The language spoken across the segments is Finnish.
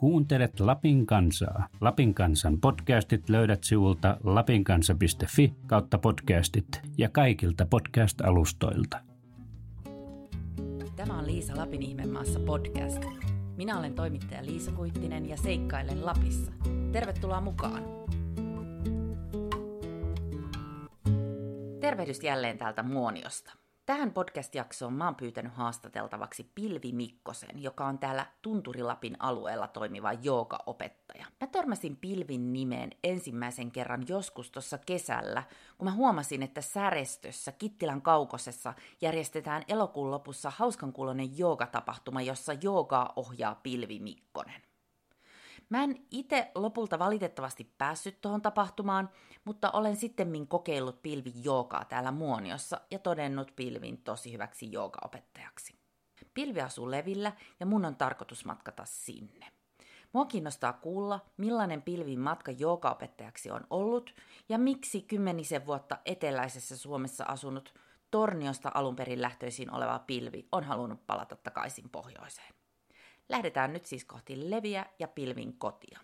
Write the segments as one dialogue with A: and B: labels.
A: Kuuntelet Lapin kansaa. Lapin kansan podcastit löydät sivulta lapinkansa.fi/podcastit ja kaikilta podcast-alustoilta.
B: Tämä on Liisa Lapin ihmemaassa podcast. Minä olen toimittaja Liisa Kuittinen ja seikkailen Lapissa. Tervetuloa mukaan! Tervehdys jälleen täältä Muoniosta. Tähän podcast-jaksoon mä oon pyytänyt haastateltavaksi Pilvi Mikkosen, joka on täällä Tunturi-Lapin alueella toimiva joogaopettaja. Mä törmäsin Pilvin nimeen ensimmäisen kerran joskus tuossa kesällä, kun mä huomasin, että Särestössä Kittilän Kaukosessa järjestetään elokuun lopussa hauskankuuloinen joogatapahtuma, jossa joogaa ohjaa Pilvi Mikkonen. Mä en itse lopulta valitettavasti päässyt tuohon tapahtumaan, mutta olen sittemmin kokeillut Pilvin joogaa täällä Muoniossa ja todennut Pilvin tosi hyväksi joogaopettajaksi. Pilvi asuu Levillä ja mun on tarkoitus matkata sinne. Mua kiinnostaa kuulla, millainen Pilvin matka joogaopettajaksi on ollut ja miksi 10 vuotta eteläisessä Suomessa asunut Torniosta alun perin lähtöisin oleva Pilvi on halunnut palata takaisin pohjoiseen. Lähdetään nyt siis kohti Leviä ja Pilvin kotia.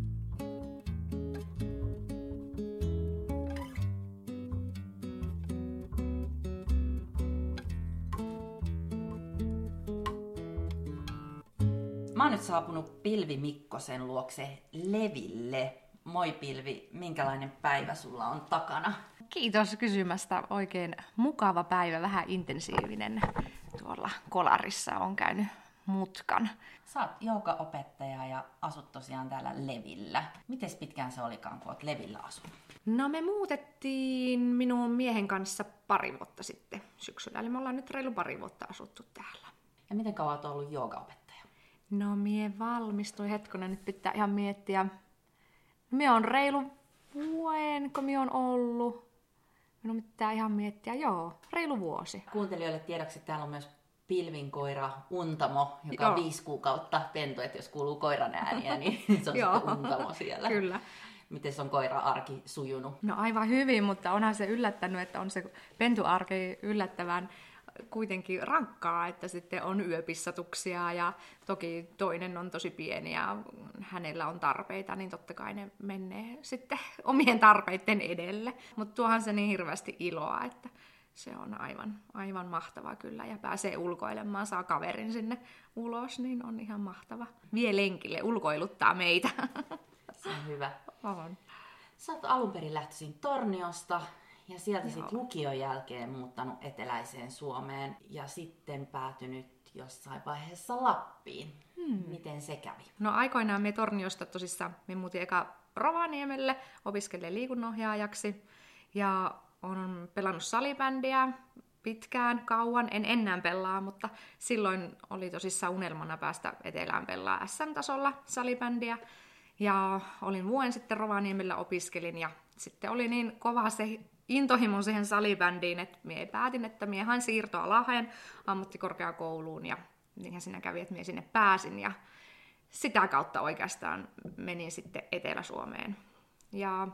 B: Mä oon nyt saapunut Pilvi Mikkosen luokse Leville. Moi Pilvi, minkälainen päivä sulla on takana?
C: Kiitos kysymästä. Oikein mukava päivä, vähän intensiivinen. Tuolla Kolarissa on käynyt mutkan.
B: Sä oot joogaopettaja ja asut tosiaan täällä Levillä. Mites pitkään se olikaan, kun oot Levillä asunut?
C: No me muutettiin minun miehen kanssa 2 vuotta sitten syksyllä, eli me ollaan nyt reilu 2 vuotta asuttu täällä.
B: Ja miten kauan oot ollut joogaopettaja?
C: No mie valmistuin hetkonen, nyt pitää ihan miettiä. Mie on reilu vuoden, kun mie on ollut. Minun pitää ihan miettiä, reilu vuosi.
B: Kuuntelijoille tiedoksi, että täällä on myös Pilvin koira Untamo, joka on 5 kuukautta pentu, että jos kuuluu koiran ääniä, niin se on sitten Untamo siellä.
C: Kyllä.
B: Miten on koira-arki sujunut?
C: No aivan hyvin, mutta onhan se yllättänyt, että on se pentuarki yllättävän kuitenkin rankkaa, että sitten on yöpissatuksia ja toki toinen on tosi pieni ja hänellä on tarpeita, niin totta kai ne menee sitten omien tarpeiden edelle. Mutta tuohan se niin hirveästi iloa, että se on aivan mahtava kyllä ja pääsee ulkoilemaan, saa kaverin sinne ulos, niin on ihan mahtava. Vie lenkille, ulkoiluttaa meitä.
B: Se on hyvä.
C: On.
B: Sä oot alun perin lähtöisin Torniosta ja sieltä sitten lukion jälkeen muuttanut eteläiseen Suomeen ja sitten päätynyt jossain vaiheessa Lappiin. Miten se kävi?
C: No aikoinaan me Torniosta tosissaan, me muutin eka Rovaniemelle opiskelemaan liikunnanohjaajaksi ja olen pelannut salibändiä kauan, en enää pelaa, mutta silloin oli tosissaan unelmana päästä etelään pelaa SM-tasolla salibändiä. Ja olin vuoden sitten Rovaniemellä opiskelin ja sitten oli niin kova se intohimo siihen salibändiin, että mie päätin, että mie hain siirtoa Lahden ammattikorkeakouluun ja niinhän siinä kävi, että mie sinne pääsin ja sitä kautta oikeastaan menin sitten Etelä-Suomeen. Ja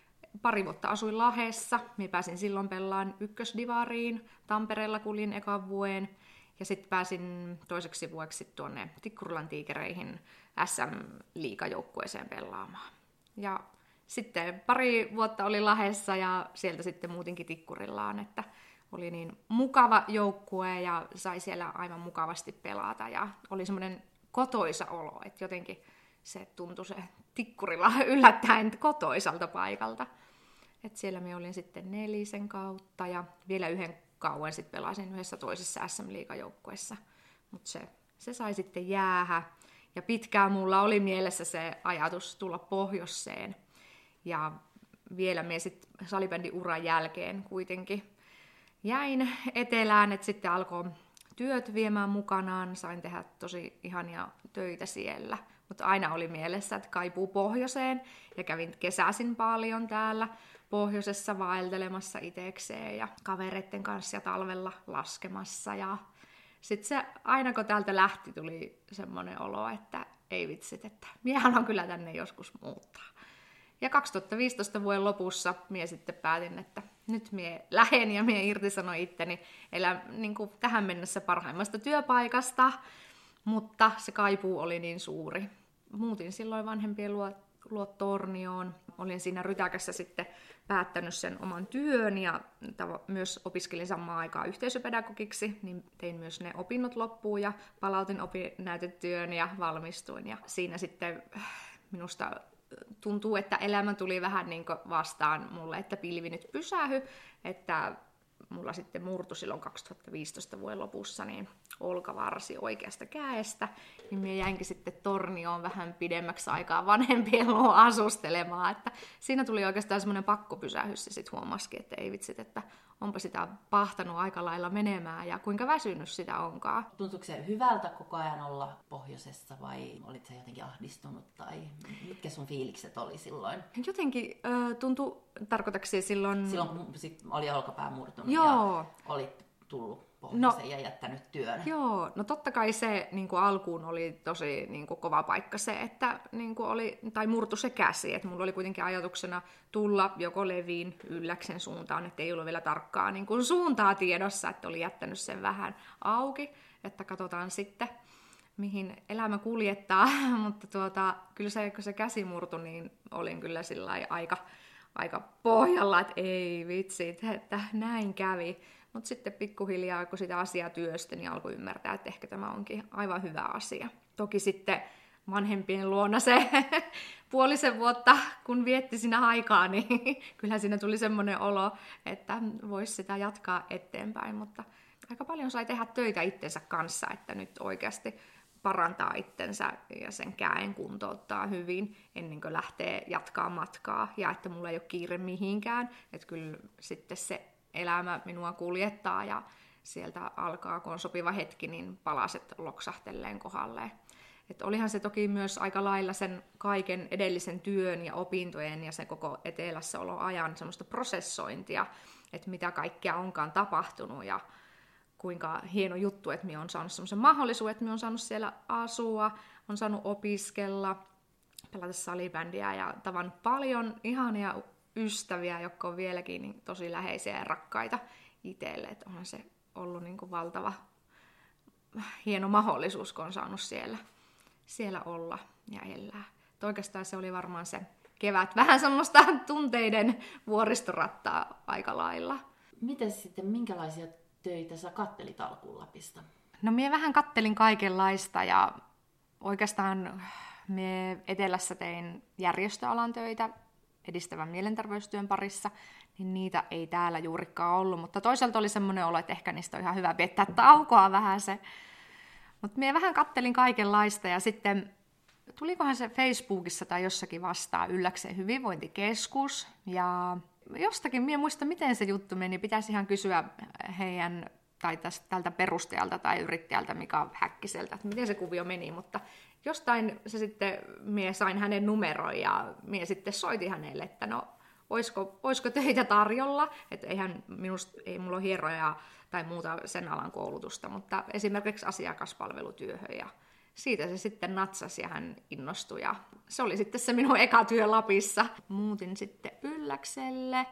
C: 2 vuotta asuin Lahdessa, mie pääsin silloin pelaan ykkösdivariin, Tampereella kuljin ekan vuoden ja sitten pääsin toiseksi vuodeksi tuonne Tikkurilan Tiikereihin SM-liigajoukkueeseen pelaamaan. Ja sitten 2 vuotta olin Lahdessa ja sieltä sitten muutinkin Tikkurilaan, että oli niin mukava joukkue ja sai siellä aivan mukavasti pelata ja oli semmoinen kotoisa olo, että jotenkin se tuntui se Tikkurila yllättäen kotoisalta paikalta. Et siellä minä olin sitten 4 kautta ja vielä 1 kauan sitten pelasin yhdessä toisessa SM-liigajoukkueessa, mutta se sai sitten jäähä. Ja pitkään mulla oli mielessä se ajatus tulla pohjoiseen. Ja vielä minä sitten salibändin uran jälkeen kuitenkin jäin etelään, että sitten alkoi työt viemään mukanaan. Sain tehdä tosi ihania töitä siellä. Mutta aina oli mielessä, että kaipuu pohjoiseen. Ja kävin kesäisin paljon täällä pohjoisessa vaeltelemassa itsekseen ja kavereiden kanssa ja talvella laskemassa. Ja sitten se, aina kun täältä lähti, tuli semmoinen olo, että ei vitsit, että minä haluan kyllä tänne joskus muuttaa. Ja 2015 vuoden lopussa minä sitten päätin, että nyt minä lähden ja minä irtisanoin itteni niin kuin tähän mennessä parhaimmasta työpaikasta, mutta se kaipuu oli niin suuri. muutin silloin vanhempien luo Tornioon. Olin siinä rytäkässä sitten päättänyt sen oman työn ja myös opiskelin samaan aikaan yhteisöpedagogiksi, niin tein myös ne opinnot loppuun ja palautin opinnäytetyön ja valmistuin. Ja siinä sitten minusta tuntuu, että elämä tuli vähän niin kuin vastaan mulle, että pilvi nyt pysähy, että mulla sitten murtui silloin 2015 vuoden lopussa niin olkavarsi oikeasta käestä, niin minä jäinkin sitten Tornioon vähän pidemmäksi aikaa vanhempien luo asustelemaan, että siinä tuli oikeastaan semmoinen pakkopysähys ja sitten huomasikin, että ei vitsit, että onpa sitä pahtanut aika lailla menemään ja kuinka väsynyt sitä onkaan.
B: Tuntuuko se hyvältä koko ajan olla pohjoisessa vai olit sä jotenkin ahdistunut tai mitkä sun fiilikset oli silloin?
C: Jotenkin tuntui, tarkoitatko se silloin...
B: Silloin kun oli olkapää murtunut
C: Joo.
B: Ja olit tullut pohjoiseen ja jättänyt työn.
C: Joo, no totta kai se niin kuin alkuun oli tosi niin kuin kova paikka se, että niin kuin oli, tai murtu se käsi, että mulla oli kuitenkin ajatuksena tulla joko Leviin Ylläksen suuntaan, että ei ollut vielä tarkkaa niin kuin suuntaa tiedossa, että oli jättänyt sen vähän auki, että katsotaan sitten mihin elämä kuljettaa, mutta kyllä se, kun se käsi murtui, niin olin kyllä sillai aika pohjalla, että ei vitsit, että näin kävi. Mutta sitten pikkuhiljaa, kun sitä asiaa työstin, niin alkoi ymmärtää, että ehkä tämä onkin aivan hyvä asia. Toki sitten vanhempien luona se puolisen vuotta, kun vietti siinä aikaa, niin kyllä siinä tuli semmoinen olo, että voisi sitä jatkaa eteenpäin. Mutta aika paljon sai tehdä töitä itsensä kanssa, että nyt oikeasti parantaa itsensä ja sen käen kuntouttaa hyvin ennen kuin lähtee jatkaa matkaa. Ja että mulla ei ole kiire mihinkään, että kyllä sitten se elämä minua kuljettaa ja sieltä alkaa, kun on sopiva hetki, niin palaset loksahteleen kohdalleen. Et olihan se toki myös aika lailla sen kaiken edellisen työn ja opintojen ja sen koko etelässäoloajan semmoista prosessointia, että mitä kaikkea onkaan tapahtunut ja kuinka hieno juttu, että minä olen saanut semmoisen mahdollisuuden, että minä olen saanut siellä asua, on saanut opiskella, pelata salibändiä ja tavannut paljon ihania ystäviä, jotka on vieläkin niin tosi läheisiä ja rakkaita itselle. Että onhan se ollut niin kuin valtava hieno mahdollisuus, kun on saanut siellä olla ja elää. Et oikeastaan se oli varmaan se kevät vähän semmoista tunteiden vuoristorattaa aika lailla.
B: Miten sitten, minkälaisia töitä sä kattelit alkuun Lapista?
C: No minä vähän kattelin kaikenlaista ja oikeastaan minä etelässä tein järjestöalan töitä edistävän mielenterveystyön parissa, niin niitä ei täällä juurikaan ollut, mutta toisaalta oli semmoinen olo, että ehkä niistä on ihan hyvä viettää taukoa vähän se. Mutta minä vähän kattelin kaikenlaista ja sitten tulikohan se Facebookissa tai jossakin vastaan Ylläksen hyvinvointikeskus ja jostakin, minä en muista miten se juttu meni, pitäisi ihan kysyä heidän tai tältä perustajalta tai yrittäjältä Mika Häkkiseltä, että miten se kuvio meni, mutta jostain se sitten, minä sain hänen numeron ja minä sitten soitin hänelle, että no, olisiko töitä tarjolla, että ei mulla ole hieroja tai muuta sen alan koulutusta, mutta esimerkiksi asiakaspalvelutyöhön ja siitä se sitten natsasi ja hän innostui ja se oli sitten se minun eka työ Lapissa. Muutin sitten Ylläkselle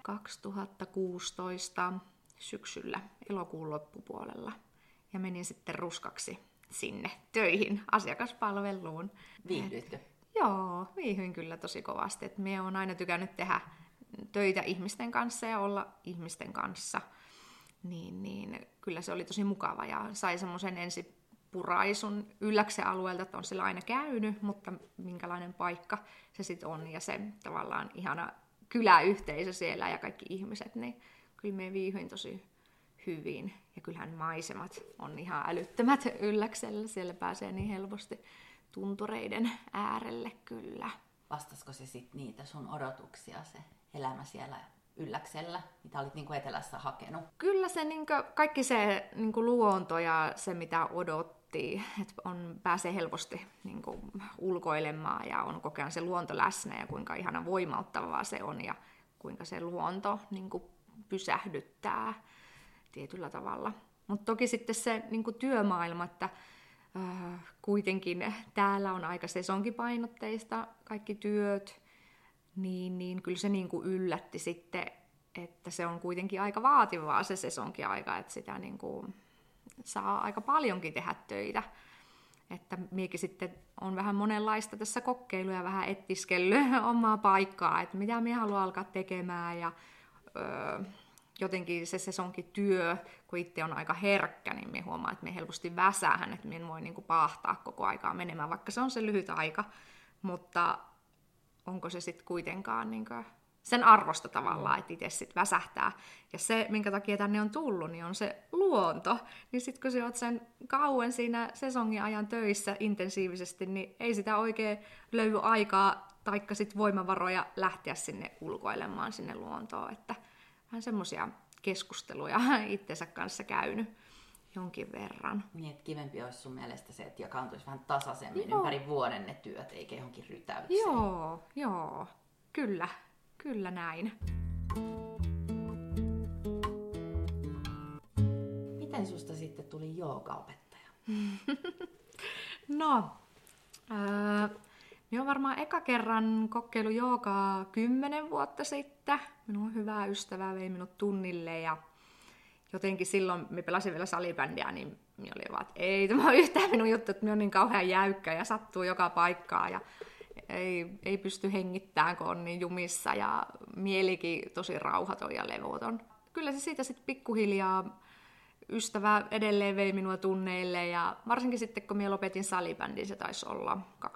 C: 2016 syksyllä elokuun loppupuolella ja menin sitten ruskaksi sinne töihin asiakaspalveluun.
B: Viihdyitkö?
C: Joo, viihdyin kyllä tosi kovasti. Et minä olen aina tykännyt tehdä töitä ihmisten kanssa ja olla ihmisten kanssa. Niin kyllä se oli tosi mukava ja sai semmoisen ensipuraisun Ylläksen alueelta, että on siellä aina käynyt, mutta minkälainen paikka se sitten on ja se tavallaan ihana kyläyhteisö siellä ja kaikki ihmiset, niin kyllä minä viihdyin tosi hyvin. Ja kyllähän maisemat on ihan älyttömät Ylläksellä. Siellä pääsee niin helposti tuntureiden äärelle kyllä.
B: Vastasiko se sitten niitä sun odotuksia, se elämä siellä Ylläksellä, mitä olit niinku etelässä hakenut?
C: Kyllä se kaikki se luonto ja se mitä odotti, että pääsee helposti ulkoilemaan ja on koko ajan se luonto läsnä ja kuinka ihana voimauttavaa se on ja kuinka se luonto pysähdyttää tietyllä tavalla. Mutta toki sitten se työmaailma, että kuitenkin täällä on aika sesonkipainotteista kaikki työt, niin kyllä se yllätti sitten, että se on kuitenkin aika vaativaa se sesonkiaika, että sitä saa aika paljonkin tehdä töitä. Että miekin sitten on vähän monenlaista tässä kokeiluja ja vähän ettiskellyt omaa paikkaa, että mitä minä haluan alkaa tekemään ja jotenkin se sesonkityö, kun itse on aika herkkä, niin minä huomaan, että minä helposti väsähän, että minä en voi niinku paahtaa koko aikaa menemään, vaikka se on se lyhyt aika, mutta onko se sitten kuitenkaan niinku sen arvosta tavallaan, että itse sitten väsähtää. Ja se, minkä takia tänne on tullut, niin on se luonto. Niin sitten kun sä oot sen kauan siinä sesongin ajan töissä intensiivisesti, niin ei sitä oikein löydy aikaa taikka sit voimavaroja lähteä sinne ulkoilemaan sinne luontoon. Että vähän semmoisia keskusteluja itsensä kanssa käynyt jonkin verran.
B: Niin, että kivempi olisi sun mielestä se, että jakaantuisi vähän tasaisemmin ympäri vuoden ne työt, eikä johonkin rytäykseen.
C: Joo, kyllä näin.
B: Miten susta sitten tuli joogaopettaja?
C: No, minä olen varmaan eka kerran kokeillut joogaa 10 vuotta sitten. Minun hyvä ystävä vei minut tunnille ja jotenkin silloin, minä pelasin vielä salibändiä, niin minä olin vaan, että ei tämä ole yhtään minun juttu, että minä olen niin kauhean jäykkä ja sattuu joka paikkaan ja ei pysty hengittämään, kun on niin jumissa ja mielikin tosi rauhaton ja levoton. Kyllä se siitä sitten pikkuhiljaa ystävä edelleen vei minua tunneille ja varsinkin sitten kun minä lopetin salibändin, se taisi olla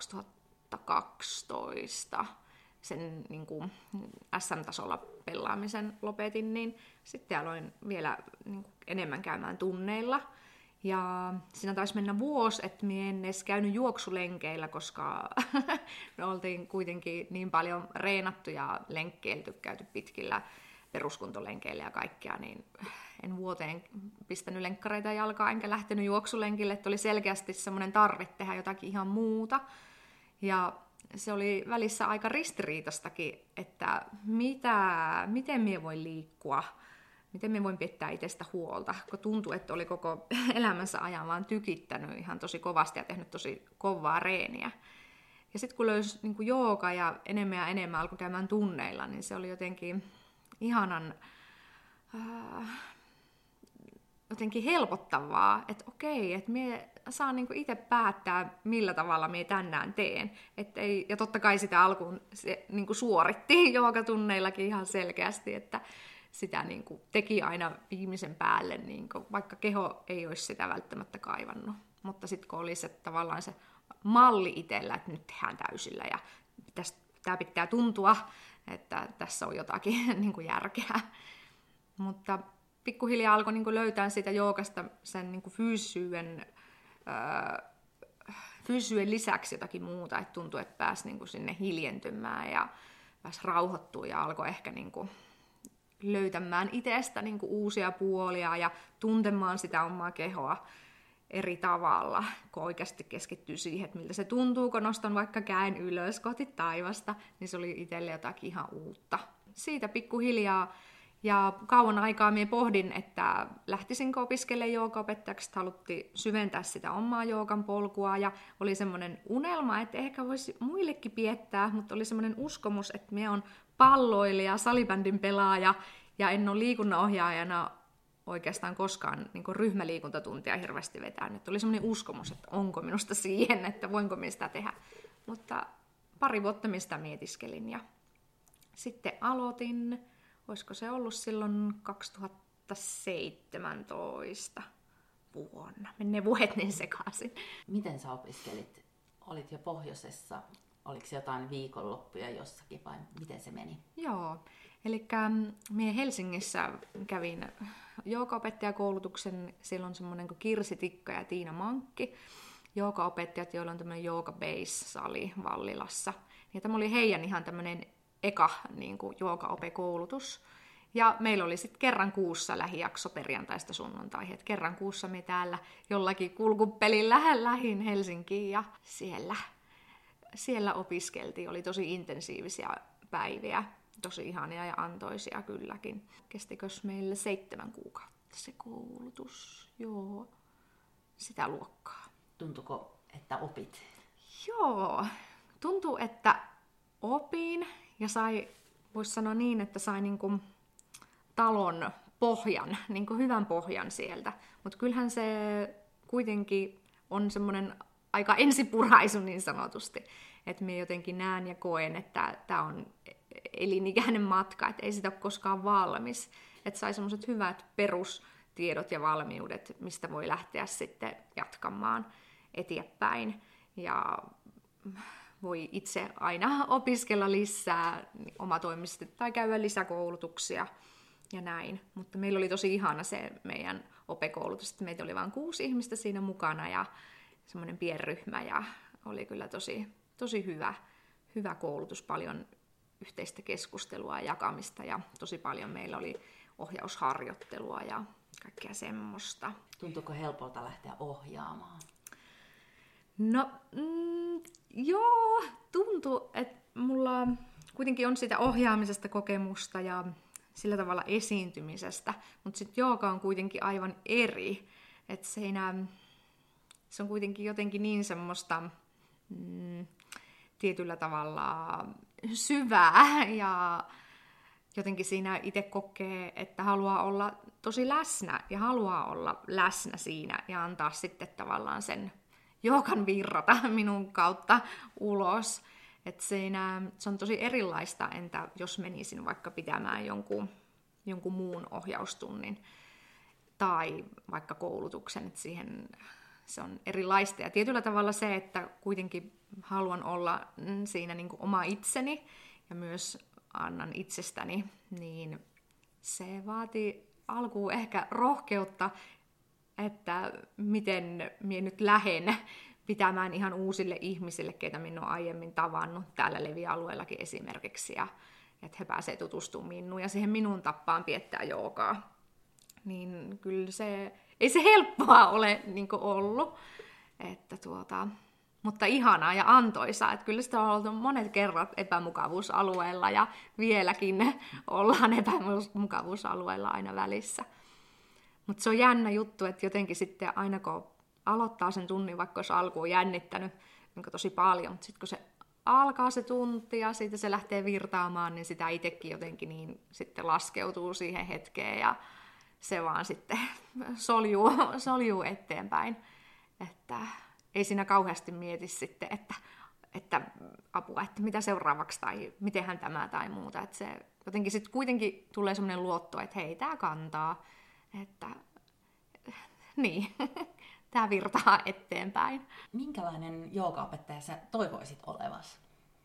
C: 2012, sen niin kuin SM-tasolla pelaamisen lopetin, niin sitten aloin vielä niin kuin enemmän käymään tunneilla. Ja siinä taisi mennä vuosi, että minä en edes käynyt juoksulenkeillä, koska me oltiin kuitenkin niin paljon reenattu ja lenkkeilty, käyty pitkillä peruskuntolenkeillä ja kaikkea, niin en vuoteen pistänyt lenkkareita jalkaan enkä lähtenyt juoksulenkille, että oli selkeästi semmoinen tarve tehdä jotakin ihan muuta. Ja se oli välissä aika ristiriitastakin, että miten minä voin liikkua, miten minä voin pitää itsestä huolta, kun tuntui, että oli koko elämänsä ajan vaan tykittänyt ihan tosi kovasti ja tehnyt tosi kovaa reeniä. Ja sitten kun löysi niin kuin jooga ja enemmän alkoi käymään tunneilla, niin se oli jotenkin ihanan jotenkin helpottavaa, että okei, että minä saan niinku itse päättää, millä tavalla minä tänään teen. Ja totta kai sitä alkuun se niinku suoritti joogatunneillakin ihan selkeästi, että sitä niinku teki aina viimeisen päälle, niinku, vaikka keho ei olisi sitä välttämättä kaivannut. Mutta sitten kun oli se tavallaan se malli itsellä, että nyt tehdään täysillä ja tämä pitää tuntua, että tässä on jotakin niinku järkeä. Mutta pikkuhiljaa alkoi niinku löytää siitä joogasta sen niinku fyysisyyden lisäksi jotakin muuta, että tuntui, että pääsi niinku sinne hiljentymään ja pääsi rauhoittumaan ja alkoi ehkä niinku löytämään itsestä niinku uusia puolia ja tuntemaan sitä omaa kehoa eri tavalla, kun oikeasti keskittyy siihen, että miltä se tuntuu, kun nostan vaikka käen ylös kohti taivasta, niin se oli itselle jotakin ihan uutta. Siitä pikkuhiljaa ja kauan aikaa minä pohdin, että lähtisinkö opiskelemaan joogaopettajaksi, että haluttiin syventää sitä omaa joogan polkua ja oli semmoinen unelma, että ehkä voisi muillekin piettää, mutta oli semmoinen uskomus, että minä olen palloilija, salibändin pelaaja ja en ole liikunnanohjaajana oikeastaan koskaan niin kuin ryhmäliikuntatuntia hirveästi vetänyt. Oli semmoinen uskomus, että onko minusta siihen, että voinko minä sitä tehdä. Mutta 2 vuotta minä sitä mietiskelin ja sitten aloitin. Olisiko se ollut silloin 2017 vuonna? Menee vuodet niin sekaisin.
B: Miten sä opiskelit? Olit jo pohjoisessa. Oliko jotain viikonloppuja jossakin vai miten se meni?
C: Joo, eli minä Helsingissä kävin joogaopettajakoulutuksen. Siellä on semmoinen kuin Kirsi Tikka ja Tiina Mankki. Joogaopettajat, joilla on tämmöinen Yoga Base-sali Vallilassa. Ja tämä oli heidän ihan tämmöinen eka niin kuin joogaope-koulutus. Ja meillä oli sitten kerran kuussa lähijakso perjantaista sunnuntaihin. Kerran kuussa me täällä jollakin kulkupelillä lähin Helsinkiin ja siellä opiskeltiin. Oli tosi intensiivisiä päiviä, tosi ihania ja antoisia kylläkin. Kestikös meillä 7 kuukautta se koulutus? Joo, sitä luokkaa.
B: Tuntuuko, että opit?
C: Joo, tuntuu, että opin ja voisi sanoa niin, että sai niinku talon pohjan, niinku hyvän pohjan sieltä. Mutta kyllähän se kuitenkin on semmoinen aika ensipuraisu niin sanotusti. Että minä jotenkin näen ja koen, että tämä on elinikäinen matka, että ei sitä ole koskaan valmis. Että sai semmoiset hyvät perustiedot ja valmiudet, mistä voi lähteä sitten jatkamaan eteenpäin. Ja voi itse aina opiskella lisää omatoimisesti tai käydä lisäkoulutuksia ja näin. Mutta meillä oli tosi ihana se meidän opekoulutus, että meitä oli vain 6 ihmistä siinä mukana ja semmoinen pienryhmä ja oli kyllä tosi hyvä koulutus, paljon yhteistä keskustelua ja jakamista ja tosi paljon meillä oli ohjausharjoittelua ja kaikkea semmoista.
B: Tuntuuko helpolta lähteä ohjaamaan?
C: No, joo, tuntuu, että mulla kuitenkin on sitä ohjaamisesta kokemusta ja sillä tavalla esiintymisestä, mutta sitten jooga on kuitenkin aivan eri, että se on kuitenkin jotenkin niin semmoista tietyllä tavalla syvää ja jotenkin siinä itse kokee, että haluaa olla tosi läsnä ja haluaa olla läsnä siinä ja antaa sitten tavallaan sen joogan virrata minun kautta ulos. Että se on tosi erilaista, entä jos menisin vaikka pitämään jonkun muun ohjaustunnin tai vaikka koulutuksen, että se on erilaista. Ja tietyllä tavalla se, että kuitenkin haluan olla siinä niin kuin oma itseni ja myös annan itsestäni, niin se vaatii alkuun ehkä rohkeutta, että miten minä nyt lähden pitämään ihan uusille ihmisille, keitä minä olen aiemmin tavannut täällä Levi-alueellakin esimerkiksi, ja että he pääsevät tutustumaan minuun ja siihen minun tappaan piettää joogaa. Niin kyllä ei se helppoa ole niin kuin ollut, mutta ihanaa ja antoisaa, että kyllä sitä on oltu monet kerrat epämukavuusalueella ja vieläkin ollaan epämukavuusalueella aina välissä. Mutta se on jännä juttu, että jotenkin sitten aina kun aloittaa sen tunnin, vaikka olisi alkuun jännittänyt niin tosi paljon, mutta sitten kun se alkaa se tunti ja siitä se lähtee virtaamaan, niin sitä itsekin jotenkin niin sitten laskeutuu siihen hetkeen ja se vaan sitten soljuu eteenpäin. Että ei siinä kauheasti mieti sitten, että apua, että mitä seuraavaksi tai mitenhän tämä tai muuta. Että se jotenkin sitten kuitenkin tulee semmoinen luotto, että hei, tämä kantaa, että niin, tämä virtaa eteenpäin.
B: Minkälainen joogaopettaja sä toivoisit olevasi?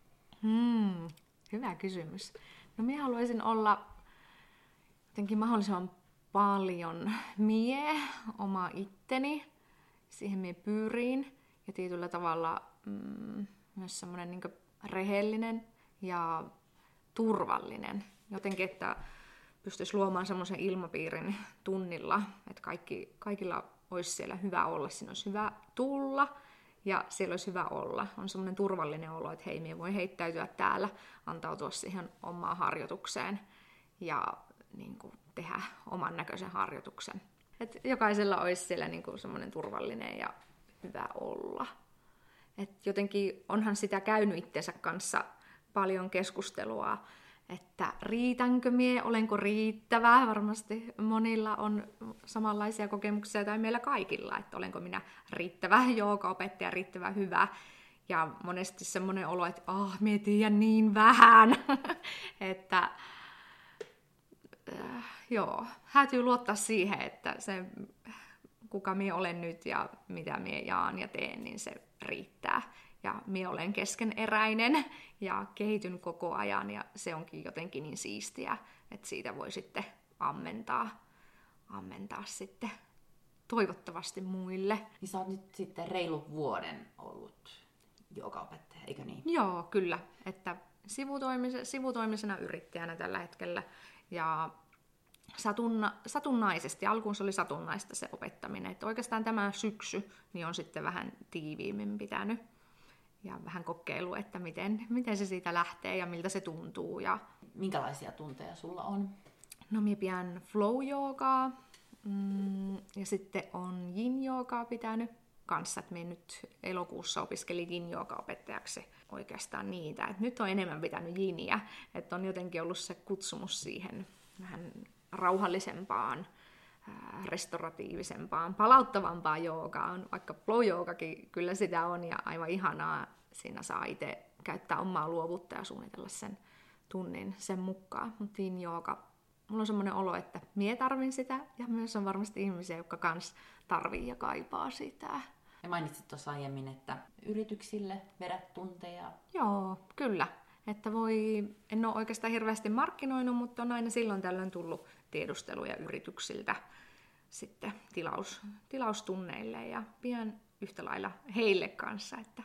C: Hyvä kysymys. No minä haluaisin olla jotenkin mahdollisimman paljon oma itteni. Siihen minä pyrin. Ja tietyllä tavalla myös semmoinen niin kuin rehellinen ja turvallinen. Jotenkin, että pystyisi luomaan semmoisen ilmapiirin tunnilla, että kaikilla olisi siellä hyvä olla, siinä olisi hyvä tulla ja siellä olisi hyvä olla. On semmoinen turvallinen olo, että hei, minä voi heittäytyä täällä, antautua siihen omaan harjoitukseen ja niin kuin, tehdä oman näköisen harjoituksen. Että jokaisella olisi siellä niin kuin, semmoinen turvallinen ja hyvä olla. Et jotenkin onhan sitä käynyt itsensä kanssa paljon keskustelua, että riitänkö mie, olenko riittävä. Varmasti monilla on samanlaisia kokemuksia tai meillä kaikilla, että olenko minä riittävä joogaopettaja, riittävä hyvä. Ja monesti semmoinen olo, että mie tiedän niin vähän, että täytyy luottaa siihen, että se kuka mie olen nyt ja mitä mie jaan ja teen, niin se riittää. Ja mie olen keskeneräinen ja kehityn koko ajan ja se onkin jotenkin niin siistiä, että siitä voi sitten ammentaa sitten toivottavasti muille.
B: Niin sä oot nyt sitten reilu vuoden ollut joogaopettaja, eikö niin?
C: Joo, kyllä. Että sivutoimisena yrittäjänä tällä hetkellä ja satunnaisesti, alkuun se oli satunnaista se opettaminen, että oikeastaan tämä syksy niin on sitten vähän tiiviimmin pitänyt ja vähän kokeilu, että miten se siitä lähtee ja miltä se tuntuu. Ja
B: minkälaisia tunteja sulla on?
C: No minä pidän flow-joogaa ja sitten on yin-joogaa pitänyt kanssa, että minä nyt elokuussa opiskelin yin-jooga-opettajaksi oikeastaan niitä. Et nyt on enemmän pitänyt yiniä, että on jotenkin ollut se kutsumus siihen vähän rauhallisempaan restoratiivisempaan, palauttavampaa joogaan, vaikka flow-joogakin kyllä sitä on ja aivan ihanaa. Siinä saa itse käyttää omaa luovuutta ja suunnitella sen tunnin sen mukaan. Mutta yin-jooga, mulla on semmoinen olo, että mie tarvin sitä ja myös on varmasti ihmisiä, jotka kans tarvii ja kaipaa sitä.
B: Ja mainitsit tuossa aiemmin, että yrityksille vedät tunteja.
C: Joo, kyllä. Että en ole oikeastaan hirveästi markkinoinut, mutta on aina silloin tällöin tullut tiedusteluja yrityksiltä sitten tilaustunneille ja pian yhtä lailla heille kanssa, että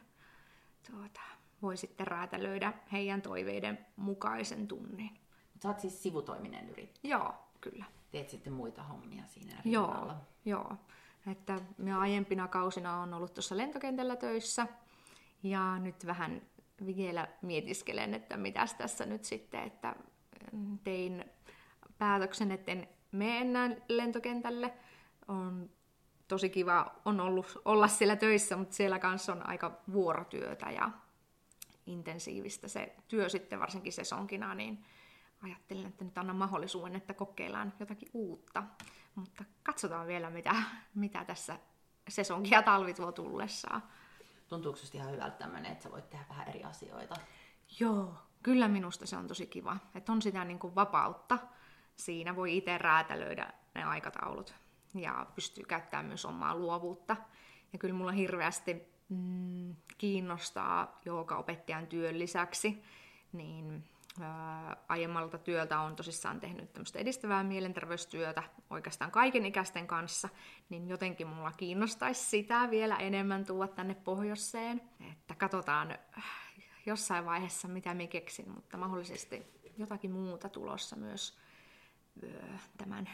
C: voi sitten räätälöidä heidän toiveiden mukaisen tunnin.
B: Sä oot siis sivutoiminen yrittäjä.
C: Joo, kyllä.
B: Teet sitten muita hommia siinä rinnalla.
C: Joo. Että minä aiempina kausina on ollut tuossa lentokentällä töissä ja nyt vähän vielä mietiskelen, että mitäs tässä nyt sitten, että tein päätöksen, että en mene enää lentokentälle. On tosi kiva on ollut olla siellä töissä, mutta siellä kanssa on aika vuorotyötä ja intensiivistä se työ sitten varsinkin sesonkina, niin ajattelin, että nyt annan mahdollisuuden, että kokeillaan jotakin uutta. Mutta katsotaan vielä, mitä tässä sesonki ja talvi tuo tullessaan.
B: Tuntuuko sinusta ihan hyvältä tämmöinen, että sä voit tehdä vähän eri asioita?
C: Joo, kyllä minusta se on tosi kiva. Että on sitä niin kuin vapautta. Siinä voi itse räätälöidä ne aikataulut ja pystyy käyttämään myös omaa luovuutta. Ja kyllä mulla hirveästi kiinnostaa joogaopettajan työn lisäksi, niin aiemmalta työltä on tosissaan tehnyt tämmöistä edistävää mielenterveystyötä oikeastaan kaikenikäisten kanssa, niin jotenkin mulla kiinnostaisi sitä vielä enemmän tuoda tänne pohjoiseen. Että katsotaan jossain vaiheessa, mitä minä keksin, mutta mahdollisesti jotakin muuta tulossa myös tämän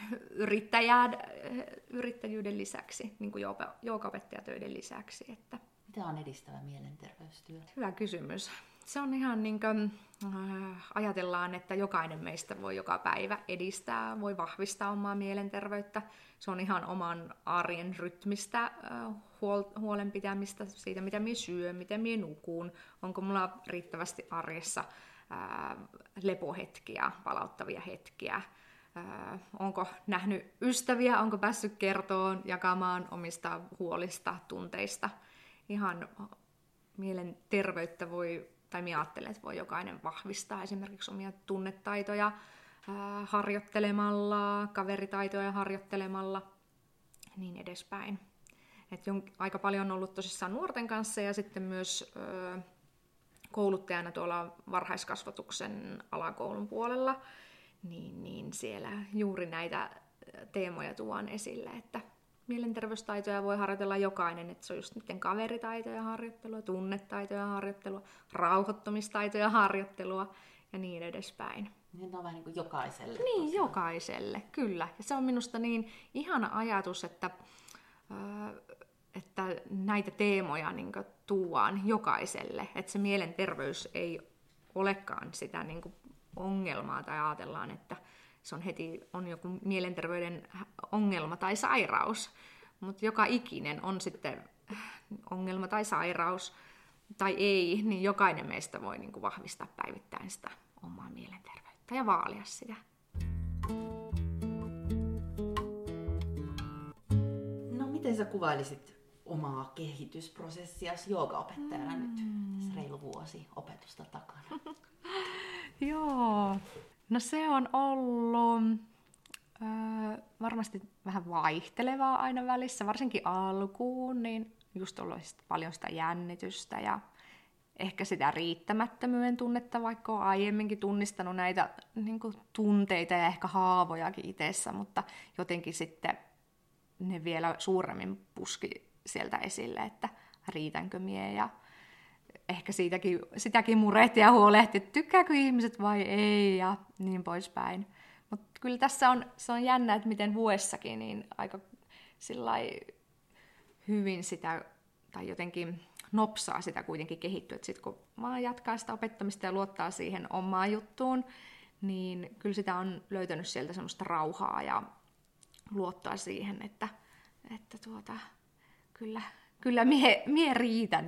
C: yrittäjyyden lisäksi, niin kuin joogaopettajatöiden lisäksi. Että
B: mitä on edistävä mielenterveystyö?
C: Hyvä kysymys. Se on ihan niin kuin ajatellaan, että jokainen meistä voi joka päivä edistää, voi vahvistaa omaa mielenterveyttä. Se on ihan oman arjen rytmistä huolen pitämistä siitä, mitä minä syön, miten minä nukun, onko mulla riittävästi arjessa lepohetkiä, palauttavia hetkiä, onko nähnyt ystäviä, onko päässyt kertoon, jakamaan omista huolista, tunteista. Ihan mielenterveyttä minä ajattelen, että voi jokainen vahvistaa esimerkiksi omia tunnetaitoja harjoittelemalla, kaveritaitoja harjoittelemalla ja niin edespäin. Et aika paljon on ollut tosissaan nuorten kanssa ja sitten myös kouluttajana tuolla varhaiskasvatuksen alakoulun puolella, niin siellä juuri näitä teemoja tuon esille, että mielenterveystaitoja voi harjoitella jokainen, että se on just niiden kaveritaitoja harjoittelua, tunnetaitoja harjoittelua, rauhoittumistaitoja harjoittelua ja niin edespäin.
B: Niin on vähän niin kuin jokaiselle.
C: Niin, tosiaan. Jokaiselle, kyllä. Ja se on minusta niin ihana ajatus, että näitä teemoja niin kuin tuodaan jokaiselle. Että se mielenterveys ei olekaan sitä niin kuin ongelmaa tai ajatellaan, että se on joku mielenterveyden ongelma tai sairaus, mutta joka ikinen on sitten ongelma tai sairaus tai ei, niin jokainen meistä voi niin kuin vahvistaa päivittäin sitä omaa mielenterveyttä ja vaalia sitä.
B: No miten sä kuvailisit omaa kehitysprosessiasi joogaopettajana nyt? Tässä reilu vuosi opetusta takana.
C: Joo. No se on ollut varmasti vähän vaihtelevaa aina välissä, varsinkin alkuun, niin just ollut paljon sitä jännitystä ja ehkä sitä riittämättömyyden tunnetta, vaikka olen aiemminkin tunnistanut näitä niin kuin tunteita ja ehkä haavojakin itsessä, mutta jotenkin sitten ne vielä suuremmin puski sieltä esille, että riitänkö mie ja ehkä sitäkin murehti ja huolehti, että tykkääkö ihmiset vai ei ja niin poispäin. Mutta kyllä tässä se on jännä, että miten vuodessakin niin aika sillai hyvin sitä, tai jotenkin nopsaa sitä kuitenkin kehittyä. Sitten kun vaan jatkaa sitä opettamista ja luottaa siihen omaan juttuun, niin kyllä sitä on löytänyt sieltä semmoista rauhaa ja luottaa siihen, että kyllä mie riitän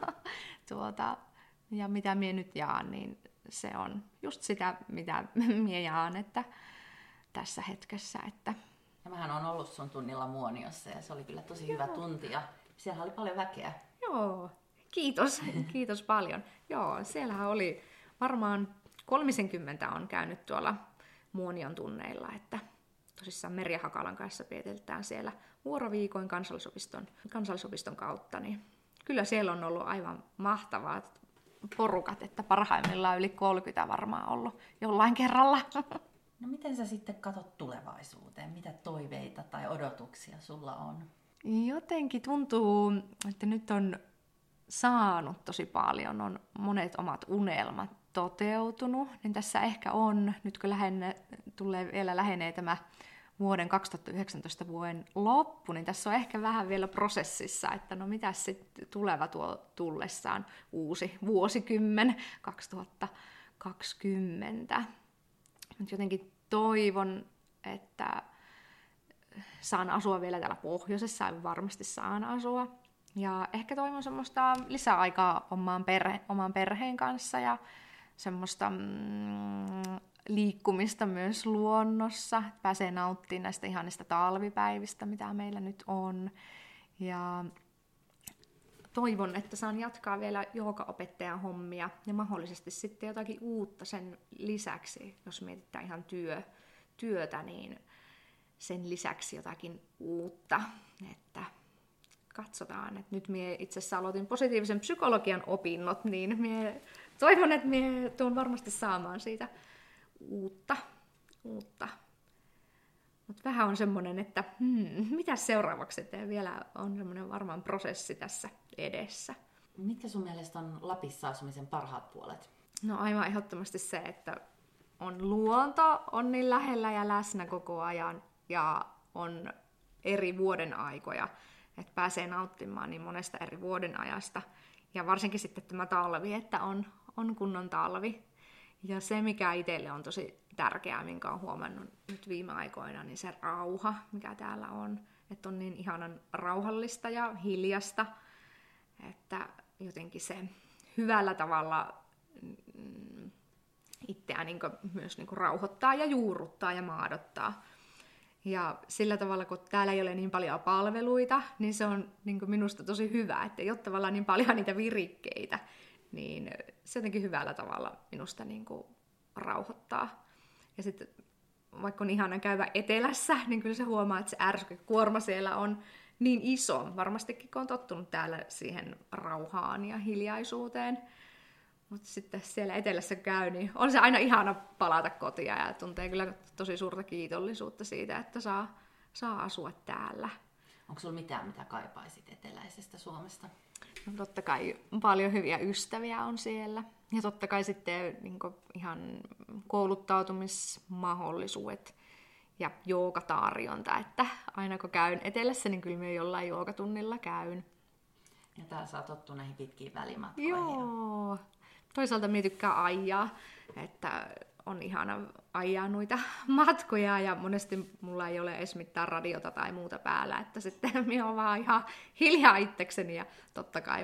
C: ja mitä mie nyt jaan, niin se on just sitä, mitä mie jaan, että tässä hetkessä, että
B: Ja mähän on ollut sun tunnilla Muoniossa ja se oli kyllä tosi hyvä tunti ja siellä oli paljon väkeä.
C: Joo, kiitos. Kiitos paljon. Joo, siellähän oli varmaan 30 on käynyt tuolla Muonion tunneilla, että tosissaan Merja Hakalan kanssa vietetään siellä vuoroviikoin kansallisopiston kautta, niin kyllä siellä on ollut aivan mahtavat porukat, että parhaimmillaan yli 30 varmaan ollut jollain kerralla.
B: No miten sä sitten katot tulevaisuuteen? Mitä toiveita tai odotuksia sulla on?
C: Jotenkin tuntuu, että nyt on saanut tosi paljon, on monet omat unelmat toteutunut, niin tässä ehkä on, nyt kun lähenee tämä vuoden 2019 vuoden loppu, niin tässä on ehkä vähän vielä prosessissa, että no mitä sitten tuleva tuo tullessaan uusi vuosikymmen 2020. Nyt jotenkin toivon, että saan asua vielä täällä pohjoisessa, ja varmasti saan asua. Ja ehkä toivon semmoista lisäaikaa oman perheen kanssa ja semmoista liikkumista myös luonnossa. Pääsee nauttimaan näistä ihanista talvipäivistä, mitä meillä nyt on. Ja toivon, että saan jatkaa vielä joogaopettajan hommia ja mahdollisesti sitten jotakin uutta sen lisäksi, jos mietitään ihan työtä, niin sen lisäksi jotakin uutta. Että katsotaan, että nyt minä itse asiassa aloitin positiivisen psykologian opinnot, niin minä toivon, että minä tulen varmasti saamaan siitä uutta. Mutta vähän on semmoinen, että mitä seuraavaksi, että vielä on semmoinen varmaan prosessi tässä edessä.
B: Mitkä sun mielestä on Lapissa asumisen parhaat puolet?
C: No aivan ehdottomasti se, että on luonto, on niin lähellä ja läsnä koko ajan ja on eri vuoden aikoja, että pääsee nauttimaan niin monesta eri vuoden ajasta. Ja varsinkin sitten tämä talvi, että on kunnon talvi. Ja se, mikä itselle on tosi tärkeää, minkä olen huomannut nyt viime aikoina, niin se rauha, mikä täällä on. Että on niin ihanan rauhallista ja hiljasta, että jotenkin se hyvällä tavalla itseään myös rauhoittaa ja juurruttaa ja maadottaa. Ja sillä tavalla, kun täällä ei ole niin paljon palveluita, niin se on minusta tosi hyvä, että ei ole tavallaan niin paljon niitä virikkeitä, niin se jotenkin hyvällä tavalla minusta rauhoittaa. Ja sitten vaikka on ihana käydä etelässä, niin kyllä se huomaa, että se ärsykuorma siellä on niin iso. Varmastikin kun on tottunut täällä siihen rauhaan ja hiljaisuuteen. Mutta sitten siellä etelässä käy, niin on se aina ihana palata kotiin ja tuntee kyllä tosi suurta kiitollisuutta siitä, että saa asua täällä.
B: Onko sulla mitään, mitä kaipaisit eteläisestä Suomesta?
C: No, totta kai paljon hyviä ystäviä on siellä. Ja totta kai sitten ihan kouluttautumismahdollisuudet ja joogatarjonta. Että aina kun käyn etelässä, niin kyllä minä jollain joogatunnilla käyn.
B: Ja täällä sä oot tottu näihin pitkiin välimatkoihin.
C: Joo. Toisaalta minä tykkään ajaa, että on ihana ajaa noita matkoja ja monesti mulla ei ole edes mitään radiota tai muuta päällä, että sitten minä olen vaan ihan hiljaa itsekseni ja totta kai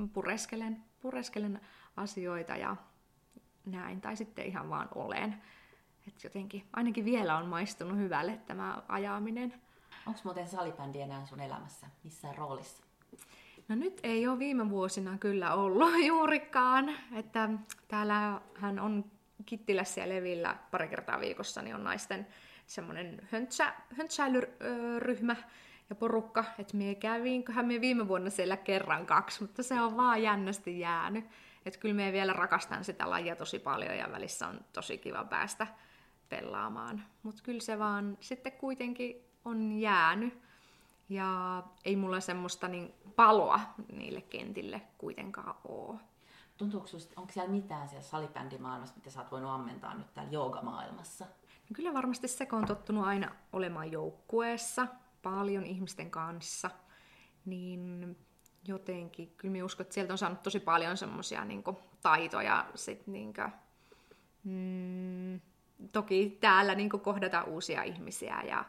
C: pureskelen asioita ja näin, tai sitten ihan vaan olen. Että jotenkin ainakin vielä on maistunut hyvälle tämä ajaminen.
B: Onko muuten salibändi enää sun elämässä missään roolissa?
C: No nyt ei ole viime vuosina kyllä ollut juurikaan, että täällähän on Kittilässä ja Levillä pari kertaa viikossa, niin on naisten semmoinen höntsäilyryhmä ja porukka, että kävinköhän minä viime vuonna siellä kerran 2, mutta se on vaan jännästi jäänyt. Että kyllä minä vielä rakastan sitä lajia tosi paljon ja välissä on tosi kiva päästä pelaamaan. Mutta kyllä se vaan sitten kuitenkin on jäänyt. Ja ei mulla semmoista paloa niille kentille kuitenkaan ole.
B: Tuntuuko susta, onko siellä mitään siellä salibändimaailmassa, mitä sä oot voinut ammentaa nyt täällä joogamaailmassa?
C: No kyllä varmasti se, kun on tottunut aina olemaan joukkueessa, paljon ihmisten kanssa, niin jotenkin, kyllä minä uskon, että sieltä on saanut tosi paljon semmoisia taitoja sit toki täällä kohdata uusia ihmisiä ja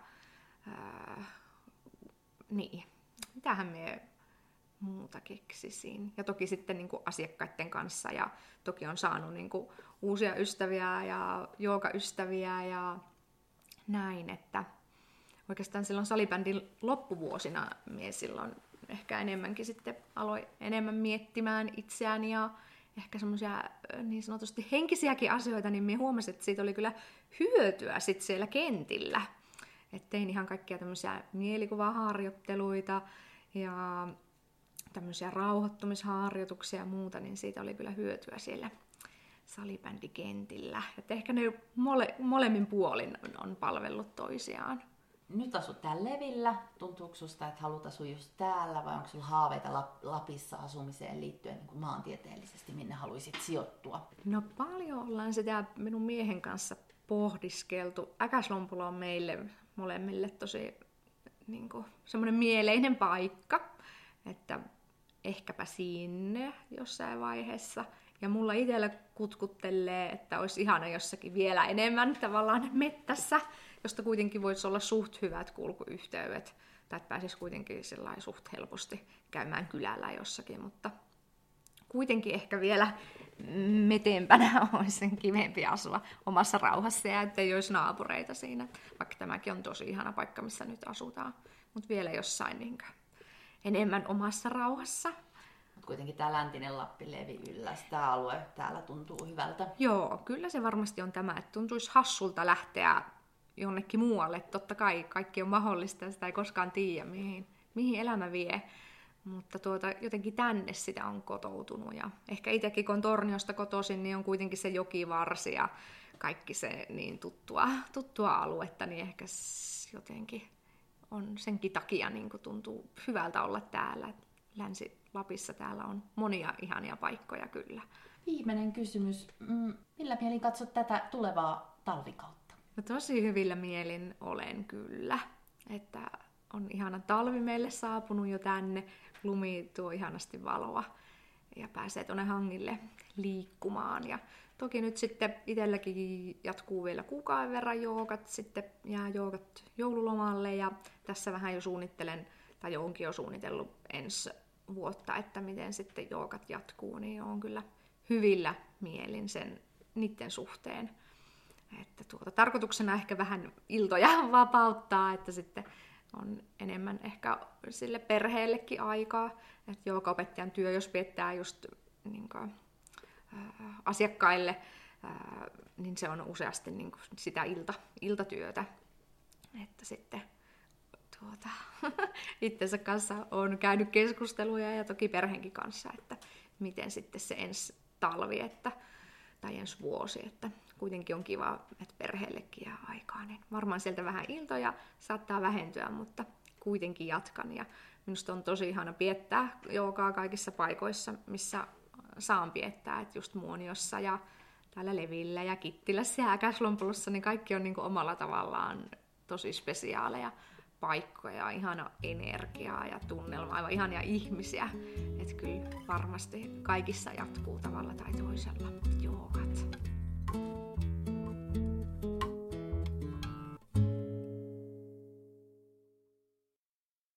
C: niin, mitähän me muuta keksisin. Ja toki sitten asiakkaiden kanssa ja toki on saanut uusia ystäviä ja joogaystäviä ja näin, että oikeastaan silloin salibändin loppuvuosina mie silloin ehkä enemmänkin sitten aloin enemmän miettimään itseäni ja ehkä semmoisia niin sanotusti henkisiäkin asioita, niin mie huomasin, että siitä oli kyllä hyötyä sitten siellä kentillä. Et tein ihan kaikkia tämmöisiä mielikuvaharjoitteluita ja tämmöisiä rauhoittumisharjoituksia ja muuta, niin siitä oli kyllä hyötyä siellä salibändikentillä. Et ehkä ne molemmin puolin on palvellut toisiaan.
B: Nyt asut täällä Levillä. Tuntuuko susta, että haluat asua just täällä vai onko sulla haaveita Lapissa asumiseen liittyen niin kuin maantieteellisesti, minne haluaisit sijoittua?
C: No paljon ollaan sitä minun miehen kanssa pohdiskeltu. Äkäslompolo on meille molemmille tosi niin kuin, semmoinen mieleinen paikka, että ehkäpä sinne jossain vaiheessa. Ja mulla itsellä kutkuttelee, että olisi ihana jossakin vielä enemmän tavallaan mettässä, josta kuitenkin voisi olla suht hyvät kulkuyhteydet, tai että pääsisi kuitenkin sellainen suht helposti käymään kylällä jossakin, mutta kuitenkin ehkä vielä meteempänä olisi kivempi asua omassa rauhassa ja ettei olisi naapureita siinä, vaikka tämäkin on tosi ihana paikka, missä nyt asutaan, mutta vielä jossain niin enemmän omassa rauhassa.
B: Kuitenkin tämä läntinen Lappi, Levi, Ylläs, tämä alue täällä tuntuu hyvältä.
C: Joo, kyllä se varmasti on tämä, että tuntuisi hassulta lähteä jonnekin muualle. Totta kai kaikki on mahdollista ja sitä ei koskaan tiedä, mihin elämä vie. Mutta jotenkin tänne sitä on kotoutunut. Ja ehkä itsekin, kun on Torniosta kotoisin, niin on kuitenkin se jokivarsi ja kaikki se niin tuttua aluetta, niin ehkä jotenkin on senkin takia niin tuntuu hyvältä olla täällä. Länsi-Lapissa täällä on monia ihania paikkoja kyllä.
B: Viimeinen kysymys. Millä mielin katsot tätä tulevaa talvikautta?
C: No tosi hyvillä mielin olen kyllä. Että on ihana talvi meille saapunut jo tänne. Lumi tuo ihanasti valoa ja pääsee tuonne hangille liikkumaan. Ja toki nyt sitten itselläkin jatkuu vielä kuukauden verran joogat. Sitten jää joogat joululomalle ja tässä vähän jo suunnittelen, tai onkin jo suunnitellut ensi vuotta, että miten sitten joogat jatkuu, niin on kyllä hyvillä mielin niiden suhteen. Että tarkoituksena ehkä vähän iltoja vapauttaa, että sitten on enemmän ehkä sille perheellekin aikaa. Että joogaopettajan työ, jos viettää just niin kuin, asiakkaille, niin se on useasti niin kuin sitä iltatyötä. Että sitten itsensä kanssa on käynyt keskusteluja ja toki perheenkin kanssa, että miten sitten se ensi talvi tai ensi vuosi, että kuitenkin on kiva, että perheellekin jää aikaa, niin varmaan sieltä vähän iltoja saattaa vähentyä, mutta kuitenkin jatkan ja minusta on tosi ihana piettää joogaa kaikissa paikoissa, missä saan piettää, että just Muoniossa ja täällä Levillä ja Kittilässä ja Äkäslompolossa, niin kaikki on niin kuin omalla tavallaan tosi spesiaaleja paikkoja, ihana energiaa ja tunnelmaa, aivan ihania ihmisiä. Että kyllä varmasti kaikissa jatkuu tavalla tai toisella joogat.